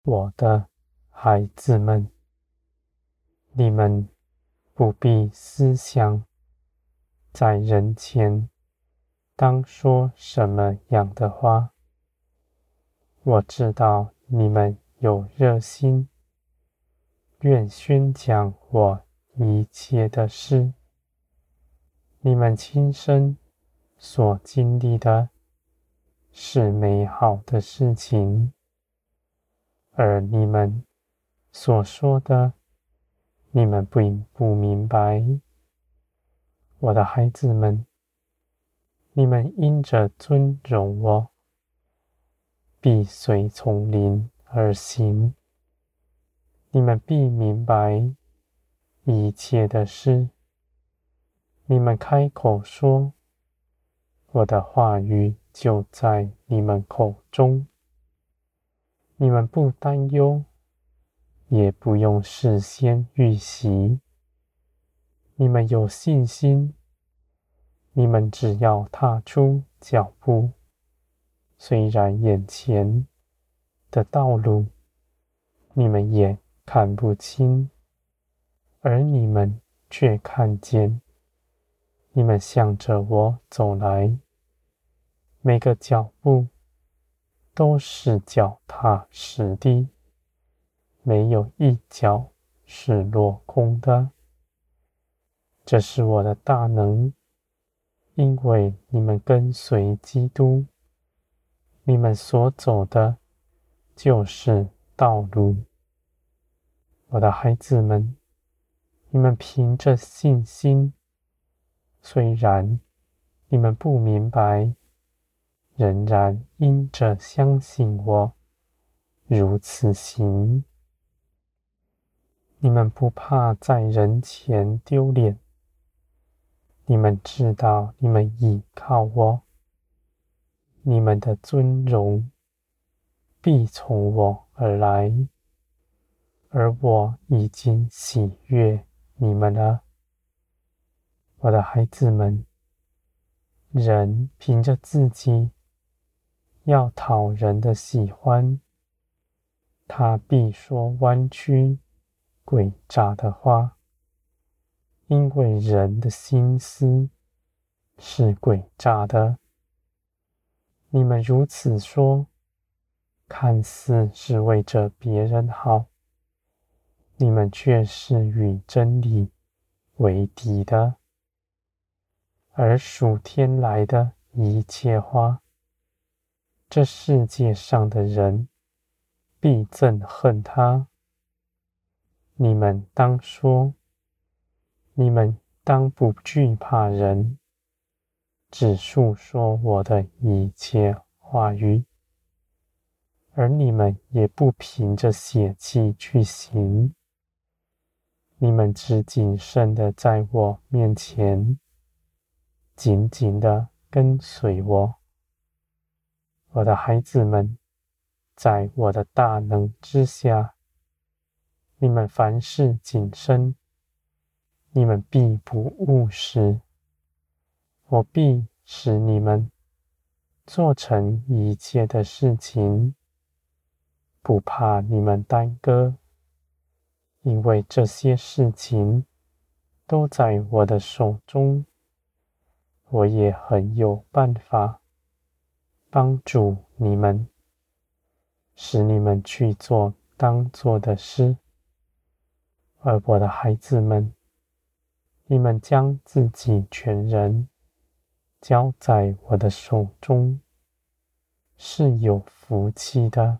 我的孩子们，你们不必思想在人前当说什么样的话。我知道你们有热心，愿宣讲我一切的事。你们亲身所经历的是美好的事情，而你们所说的，你们并不明白。我的孩子们，你们因着尊荣我，必随从灵而行。你们必明白一切的事。你们开口说，我的话语就在你们口中。你们不担忧，也不用事先预习。你们有信心，你们只要踏出脚步，虽然眼前的道路你们也看不清，而你们却看见。你们向着我走来，每个脚步都是脚踏实地，没有一脚是落空的。这是我的大能，因为你们跟随基督，你们所走的就是道路。我的孩子们，你们凭着信心，虽然你们不明白，仍然因着相信我，如此行。你们不怕在人前丢脸，你们知道你们倚靠我，你们的尊荣必从我而来，而我已经喜悦你们了。我的孩子们，人凭着自己要讨人的喜欢，他必说弯曲诡诈的话，因为人的心思是诡诈的。你们如此说，看似是为着别人好，你们却是与真理为敌的。而属天来的一切话，这世界上的人必憎恨他。你们当说，你们当不惧怕人，只述说我的一切话语，而你们也不凭着血气去行。你们只谨慎的在我面前紧紧的跟随我。我的孩子们，在我的大能之下，你们凡事谨慎，你们必不误事。我必使你们做成一切的事情，不怕你们耽搁，因为这些事情都在我的手中。我也很有办法帮助你们，使你们去做当做的事。而我的孩子们，你们将自己全人交在我的手中，是有福气的，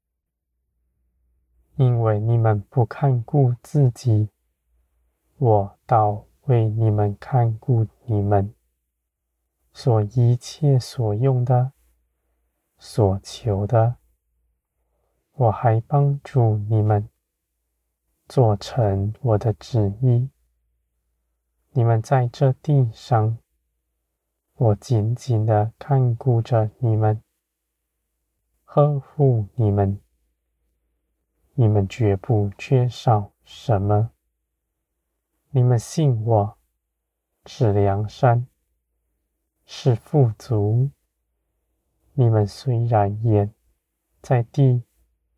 因为你们不看顾自己，我倒为你们看顾你们，所一切所用的，所求的，我还帮助你们做成我的旨意。你们在这地上，我紧紧地看顾着你们，呵护你们，你们绝不缺少什么。你们信我是良善，是富足。你们虽然眼在地，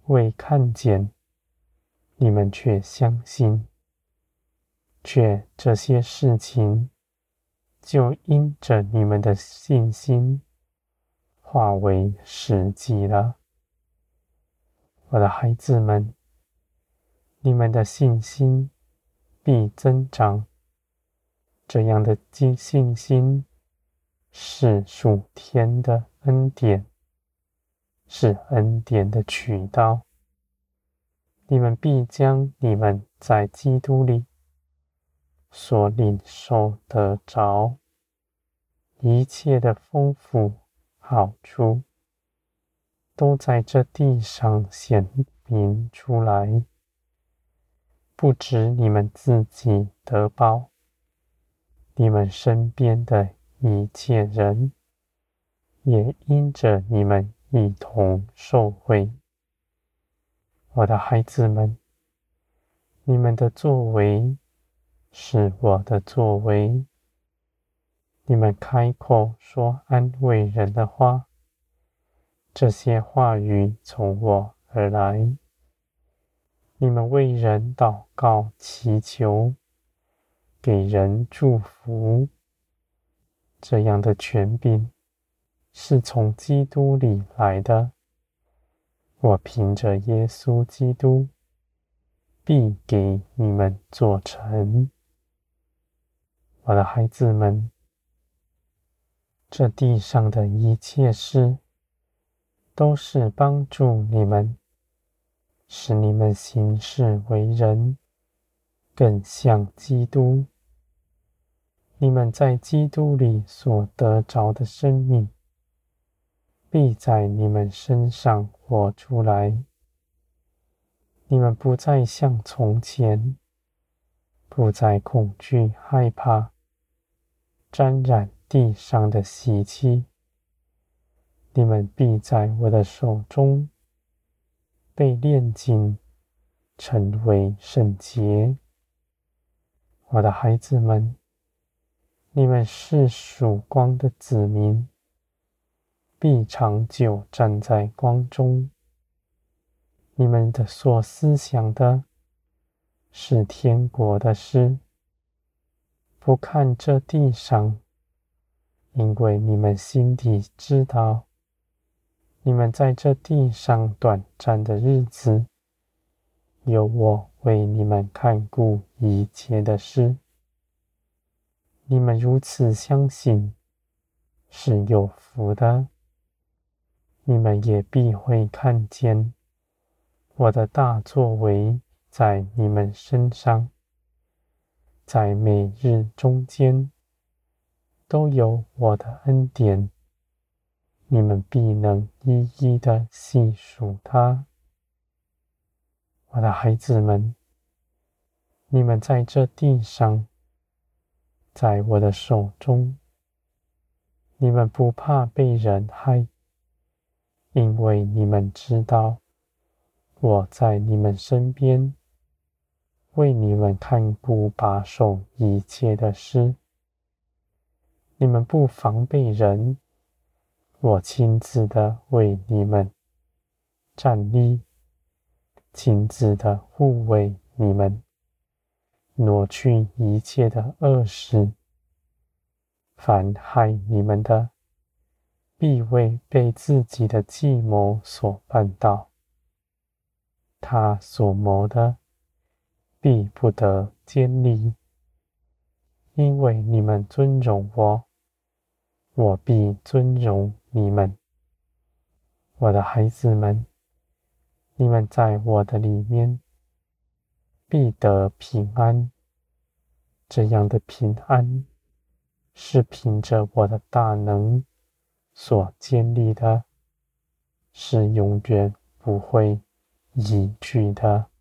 未看见，你们却相信，却这些事情就因着你们的信心化为实际了。我的孩子们，你们的信心必增长，这样的信心是属天的恩典，是恩典的渠道。你们必将你们在基督里所领受得着一切的丰富好处，都在这地上显明出来。不止你们自己得报，你们身边的一切人也因着你们一同受惠。我的孩子们，你们的作为是我的作为。你们开口说安慰人的话，这些话语从我而来。你们为人祷告祈求，给人祝福，这样的权柄是从基督里来的。我凭着耶稣基督必给你们做成。我的孩子们，这地上的一切事都是帮助你们，使你们行事为人更像基督。你们在基督里所得着的生命必在你们身上活出来。你们不再像从前，不再恐惧害怕沾染地上的习气。你们必在我的手中被炼净，成为圣洁。我的孩子们，你们是属光的子民，必长久站在光中。你们的所思想的是天国的事，不看这地上，因为你们心底知道，你们在这地上短暂的日子，有我为你们看顾一切的事。你们如此相信，是有福的。你们也必会看见我的大作为在你们身上，在每日中间都有我的恩典，你们必能一一的细数它。我的孩子们，你们在这地上，在我的手中，你们不怕被人害，因为你们知道我在你们身边，为你们看顾把守一切的事。你们不防备人，我亲自的为你们站立，亲自的护卫你们，挪去一切的恶事。凡害你们的，必为被自己的计谋所绊倒。他所谋的，必不得坚立。因为你们尊荣我，我必尊荣你们。我的孩子们，你们在我的里面必得平安。这样的平安是凭着我的大能所建立的，是永远不会移去的。